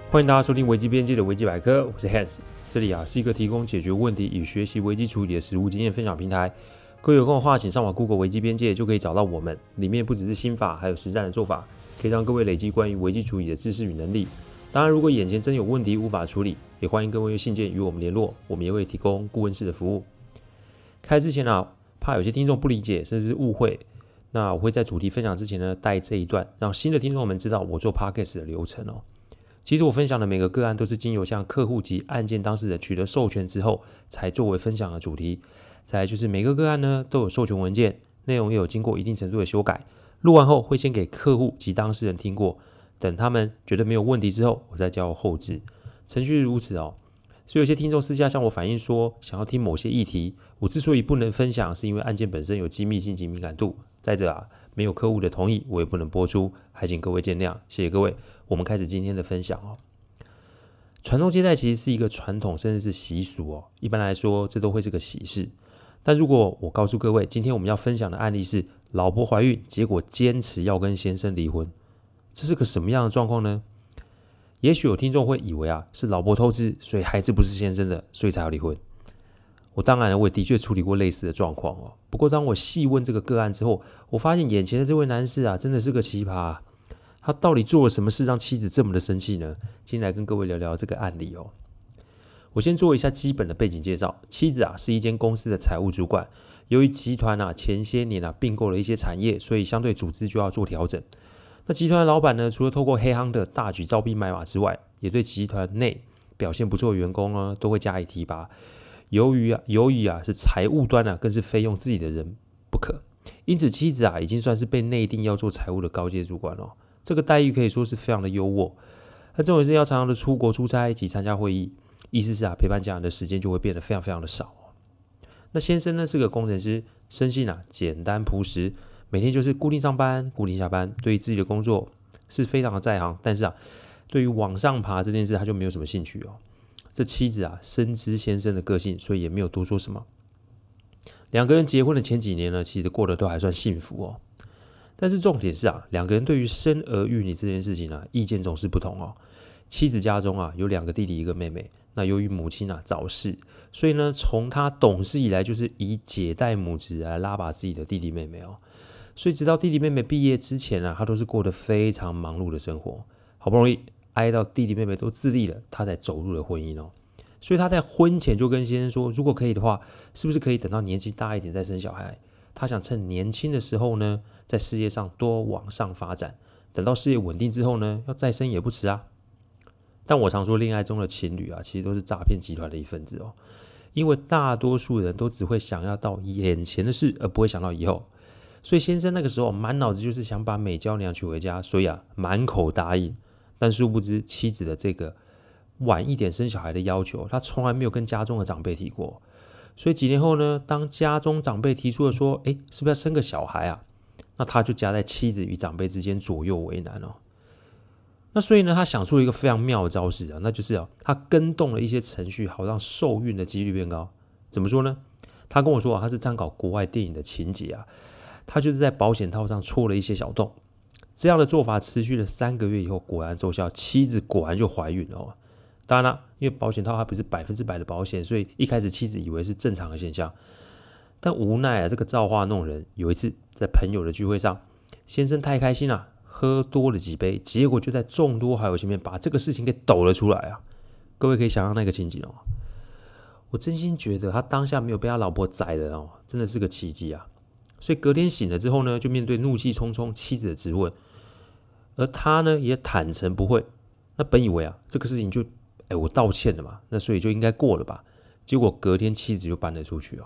欢迎大家收听危机边界的危机百科，我是 Hans， 这里是一个提供解决问题与学习危机处理的实务经验分享平台。各位有空的话，请上网 Google 危机边界就可以找到我们，里面不只是心法，还有实战的做法，可以让各位累积关于危机处理的知识与能力。当然，如果眼前真有问题无法处理，也欢迎各位用信件与我们联络，我们也会提供顾问式的服务。开之前怕有些听众不理解甚至是误会，那我会在主题分享之前呢，带这一段，让新的听众们知道我做 Podcast 的流程哦。其实我分享的每个个案都是经由向客户及案件当事人取得授权之后，才作为分享的主题。再来就是每个个案呢都有授权文件，内容也有经过一定程度的修改。录完后会先给客户及当事人听过，等他们觉得没有问题之后，我再交后置。程序如此哦。所以有些听众私下向我反映说，想要听某些议题，我之所以不能分享，是因为案件本身有机密性及敏感度。再者没有客户的同意，我也不能播出，还请各位见谅，谢谢各位。我们开始今天的分享哦。传宗接代其实是一个传统，甚至是习俗哦。一般来说，这都会是个喜事。但如果我告诉各位，今天我们要分享的案例是老婆怀孕，结果坚持要跟先生离婚，这是个什么样的状况呢？也许有听众会以为是老婆偷吃，所以孩子不是先生的，所以才要离婚。我当然我也的确处理过类似的状况哦。不过当我细问这个个案之后，我发现眼前的这位男士真的是个奇葩他到底做了什么事让妻子这么的生气呢？今天来跟各位聊聊这个案例哦。我先做一下基本的背景介绍。妻子是一间公司的财务主管，由于集团前些年并购了一些产业，所以相对组织就要做调整。那集团的老板呢，除了透过黑行的大举招兵买马之外，也对集团内表现不错的员工呢，都会加以提拔。由于是财务端更是非用自己的人不可，因此妻子已经算是被内定要做财务的高阶主管哦。这个待遇可以说是非常的优渥。那重点是要常常的出国出差及参加会议，意思是陪伴家人的时间就会变得非常非常的少。那先生呢是个工程师，生性简单朴实，每天就是固定上班固定下班，对于自己的工作是非常的在行，但是对于往上爬这件事他就没有什么兴趣哦。这妻子深知先生的个性，所以也没有多说什么。两个人结婚的前几年呢，其实过得都还算幸福哦。但是重点是两个人对于生儿育女这件事情意见总是不同哦。妻子家中有2个弟弟1个妹妹，那由于母亲早逝，所以呢从她懂事以来就是以姐带母职来拉拔自己的弟弟妹妹哦。所以直到弟弟妹妹毕业之前她都是过得非常忙碌的生活，好不容易挨到弟弟妹妹都自立了，她才走入了婚姻哦。所以她在婚前就跟先生说，如果可以的话，是不是可以等到年纪大一点再生小孩？他想趁年轻的时候呢，在事业上多往上发展，等到事业稳定之后呢，要再生也不迟但我常说，恋爱中的情侣其实都是诈骗集团的一份子哦。因为大多数人都只会想要到眼前的事，而不会想到以后。所以先生那个时候满脑子就是想把美娇娘娶回家，所以满口答应。但殊不知妻子的这个晚一点生小孩的要求，他从来没有跟家中的长辈提过。所以几年后呢，当家中长辈提出了说，是不是要生个小孩那他就夹在妻子与长辈之间左右为难哦。那所以呢，他想出了一个非常妙的招式那就是他更动了一些程序，好让受孕的几率变高。怎么说呢？他跟我说他是参考国外电影的情节他就是在保险套上戳了一些小洞。这样的做法持续了3个月以后，果然奏效，妻子果然就怀孕了当然因为保险套它不是100%的保险，所以一开始妻子以为是正常的现象。但无奈这个造化弄人，有一次在朋友的聚会上，先生太开心喝多了几杯，结果就在众多好友前面把这个事情给抖了出来各位可以想象那个情景我真心觉得他当下没有被他老婆宰了真的是个奇迹所以隔天醒了之后呢，就面对怒气冲冲妻子的质问，而他呢也坦诚不会。那本以为这个事情就我道歉了嘛，那所以就应该过了吧。结果隔天妻子就搬了出去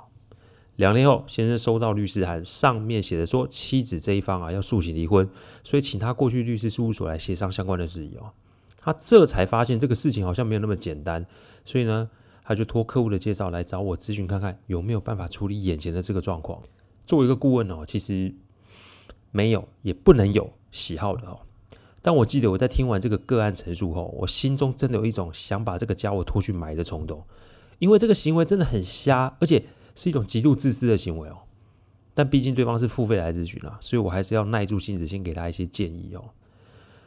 2天后，先生收到律师函，上面写着说妻子这一方要诉请离婚，所以请他过去律师事务所来协商相关的事宜他这才发现这个事情好像没有那么简单，所以呢，他就托客户的介绍来找我咨询看看有没有办法处理眼前的这个状况。作为一个顾问其实没有也不能有喜好的但我记得我在听完这个个案陈述后，我心中真的有一种想把这个家伙拖去埋的冲动，因为这个行为真的很瞎，而且是一种极度自私的行为但毕竟对方是付费来咨询所以我还是要耐住性子先给他一些建议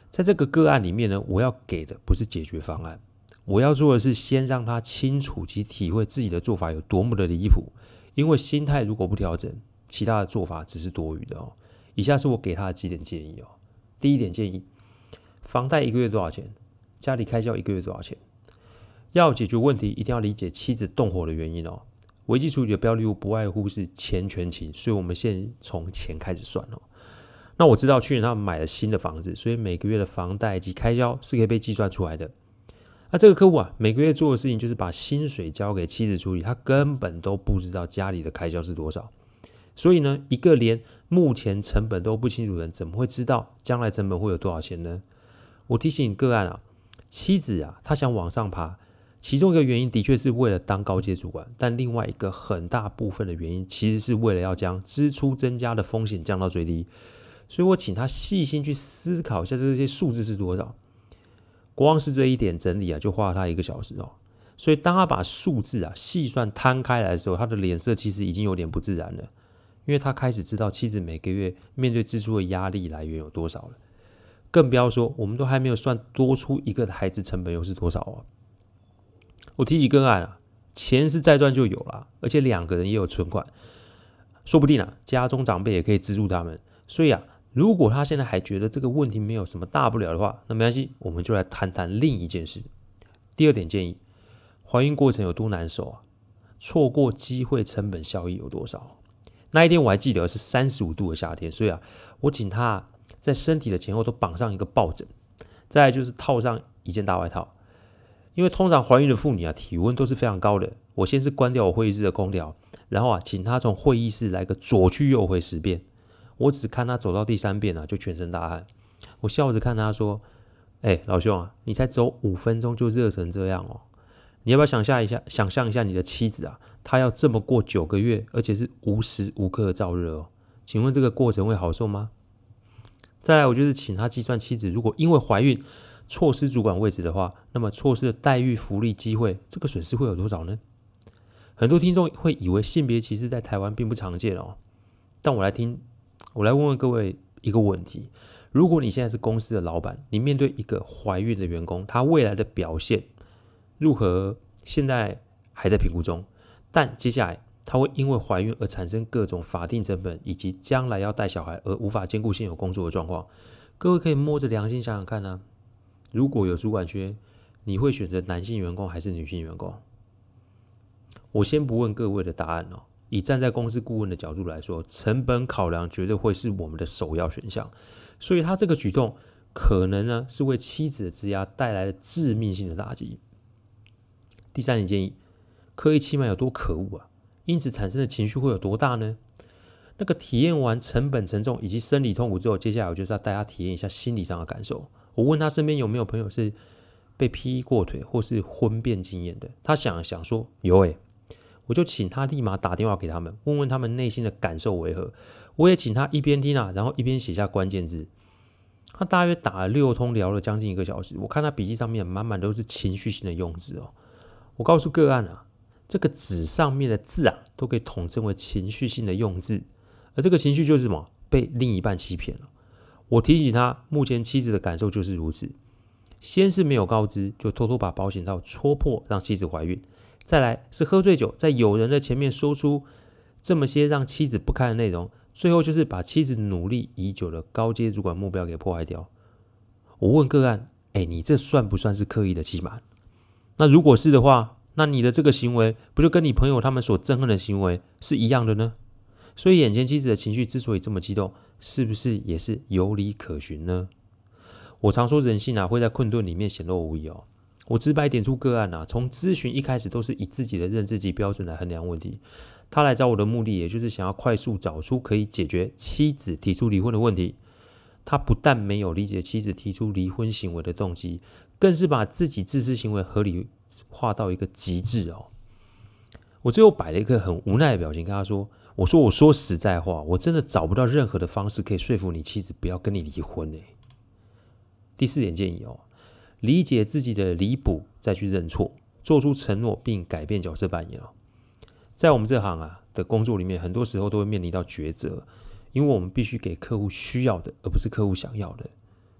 在这个个案里面呢，我要给的不是解决方案，我要做的是先让他清楚及体会自己的做法有多么的离谱，因为心态如果不调整，其他的做法只是多余的哦。以下是我给他的几点建议哦。第一点建议，房贷1个月多少钱？家里开销1个月多少钱？要解决问题，一定要理解妻子动火的原因哦。危机处理的标的物不外乎是钱权情，所以我们先从钱开始算哦。那我知道去年他们买了新的房子，所以每个月的房贷及开销是可以被计算出来的。那这个客户啊，每个月做的事情就是把薪水交给妻子处理，他根本都不知道家里的开销是多少。所以呢，一个连目前成本都不清楚的人，怎么会知道将来成本会有多少钱呢？我提醒个案啊，妻子啊，她想往上爬，其中一个原因的确是为了当高阶主管，但另外一个很大部分的原因，其实是为了要将支出增加的风险降到最低。所以我请他细心去思考一下这些数字是多少。光是这一点整理啊，就花了他1个小时哦。所以当他把数字啊细算摊开来的时候，他的脸色其实已经有点不自然了，因为他开始知道妻子每个月面对支出的压力来源有多少了。更不要说，我们都还没有算多出一个的孩子成本又是多少哦。我提起个案啊，钱是再赚就有了，而且2个人也有存款，说不定啊，家中长辈也可以资助他们。所以啊，如果他现在还觉得这个问题没有什么大不了的话，那没关系，我们就来谈谈另一件事。第2点建议，怀孕过程有多难受啊？错过机会成本效益有多少？那一天我还记得是35度的夏天，所以啊，我请他在身体的前后都绑上一个抱枕，再来就是套上一件大外套。因为通常怀孕的妇女啊，体温都是非常高的。我先是关掉我会议室的空调，然后啊，请她从会议室来个左去右回10遍。我只看她走到第3遍啊，就全身大汗。我笑着看她说：“老兄啊，你才走5分钟就热成这样哦，你要不要想象一下你的妻子啊，她要这么过9个月，而且是无时无刻的燥热哦？请问这个过程会好受吗？”再来，我就是请他计算妻子如果因为怀孕错失主管位置的话，那么错失的待遇、福利、机会，这个损失会有多少呢？很多听众会以为性别歧视在台湾并不常见哦，但我来问问各位一个问题：如果你现在是公司的老板，你面对一个怀孕的员工，他未来的表现如何？现在还在评估中，但接下来他会因为怀孕而产生各种法定成本，以及将来要带小孩而无法兼顾现有工作的状况。各位可以摸着良心想想看啊，如果有主管缺，你会选择男性员工还是女性员工？我先不问各位的答案哦，以站在公司顾问的角度来说，成本考量绝对会是我们的首要选项。所以他这个举动可能呢是为妻子的职涯带来了致命性的打击。第3点建议，刻意欺瞒有多可恶啊？因此产生的情绪会有多大呢？那个体验完成本沉重以及生理痛苦之后，接下来我就是要带他体验一下心理上的感受。我问他身边有没有朋友是被劈过腿或是婚变经验的，他想说有我就请他立马打电话给他们，问问他们内心的感受为何。我也请他一边听然后一边写下关键字。他大约打了6通，聊了将近1个小时。我看他笔记上面满满都是情绪性的用字哦。我告诉个案啊，这个纸上面的字啊，都可以统称为情绪性的用字，而这个情绪就是什么？被另一半欺骗了。我提醒他，目前妻子的感受就是如此：先是没有告知，就偷偷把保险套戳破，让妻子怀孕；再来是喝醉酒，在友人的前面说出这么些让妻子不堪的内容；最后就是把妻子努力已久的高阶主管目标给破坏掉。我问个案：你这算不算是刻意的欺瞒？那如果是的话，那你的这个行为不就跟你朋友他们所憎恨的行为是一样的呢？所以眼前妻子的情绪之所以这么激动，是不是也是有理可循呢？我常说人性会在困顿里面显露无遗哦。我直白点出个案从咨询一开始都是以自己的认知及标准来衡量问题。他来找我的目的，也就是想要快速找出可以解决妻子提出离婚的问题。他不但没有理解妻子提出离婚行为的动机，更是把自己自私行为合理化到一个极致哦。我最后摆了一个很无奈的表情跟他说：“我说实在话，我真的找不到任何的方式可以说服你妻子不要跟你离婚。”第4点建议理解自己的离谱，再去认错，做出承诺并改变角色扮演在我们这行的工作里面，很多时候都会面临到抉择，因为我们必须给客户需要的，而不是客户想要的。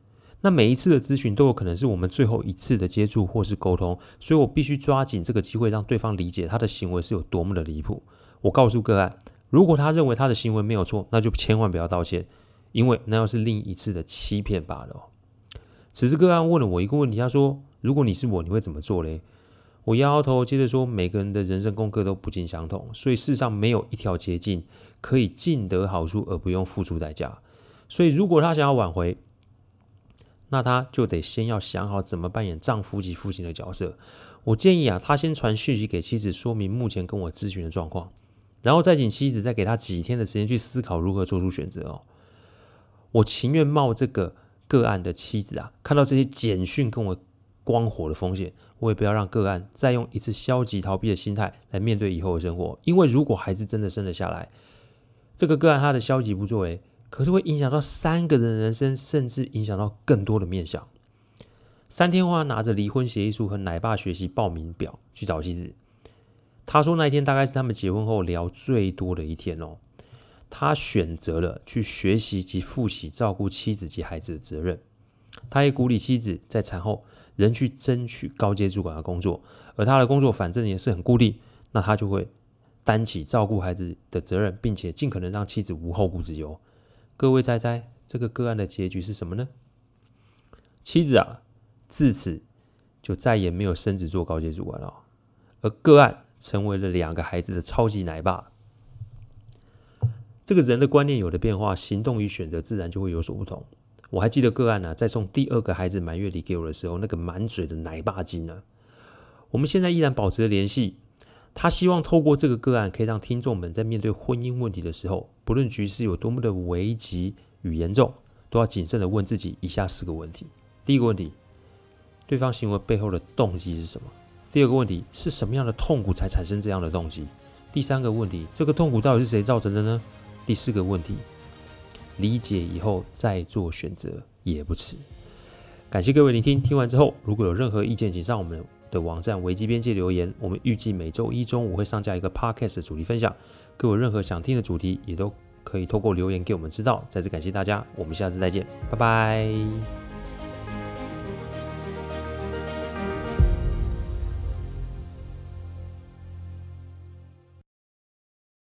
那每一次的咨询都有可能是我们最后一次的接触或是沟通，所以我必须抓紧这个机会，让对方理解他的行为是有多么的离谱。我告诉个案，如果他认为他的行为没有错，那就千万不要道歉，因为那又是另一次的欺骗罢了。此时个案问了我一个问题，他说：如果你是我，你会怎么做嘞？我摇摇头，接着说：每个人的人生功课都不尽相同，所以世上没有一条捷径可以尽得好处而不用付出代价。所以如果他想要挽回，那他就得先要想好怎么扮演丈夫及父亲的角色。我建议他先传讯息给妻子，说明目前跟我咨询的状况，然后再请妻子再给他几天的时间去思考如何做出选择。我情愿冒这个个案的妻子看到这些简讯跟我光火的风险，我也不要让个案再用一次消极逃避的心态来面对以后的生活。因为如果孩子真的生了下来，这个个案他的消极不作为可是会影响到3个人的人生，甚至影响到更多的面向。3天后，他拿着离婚协议书和奶爸学习报名表去找妻子。他说那一天大概是他们结婚后聊最多的一天。他选择了去学习及负起照顾妻子及孩子的责任。他也鼓励妻子在产后仍去争取高阶主管的工作，而他的工作反正也是很固定，那他就会担起照顾孩子的责任，并且尽可能让妻子无后顾之忧。各位猜猜这个个案的结局是什么呢？妻子自此就再也没有升职做高阶主管了，而个案成为了2个孩子的超级奶爸。这个人的观念有了变化，行动与选择自然就会有所不同。我还记得个案在送第2个孩子满月礼给我的时候，那个满嘴的奶爸精我们现在依然保持着联系。他希望透过这个个案，可以让听众们在面对婚姻问题的时候，不论局势有多么的危急与严重，都要谨慎的问自己以下4个问题。第一个问题，对方行为背后的动机是什么？第二个问题，是什么样的痛苦才产生这样的动机？第3个问题，这个痛苦到底是谁造成的呢？第4个问题，理解以后再做选择也不迟。感谢各位聆听，听完之后如果有任何意见，请上我们的网站危机边界留言。我们预计每周1中午会上架一个 podcast 的主题分享，各位有任何想听的主题也都可以透过留言给我们知道。再次感谢大家，我们下次再见，拜拜。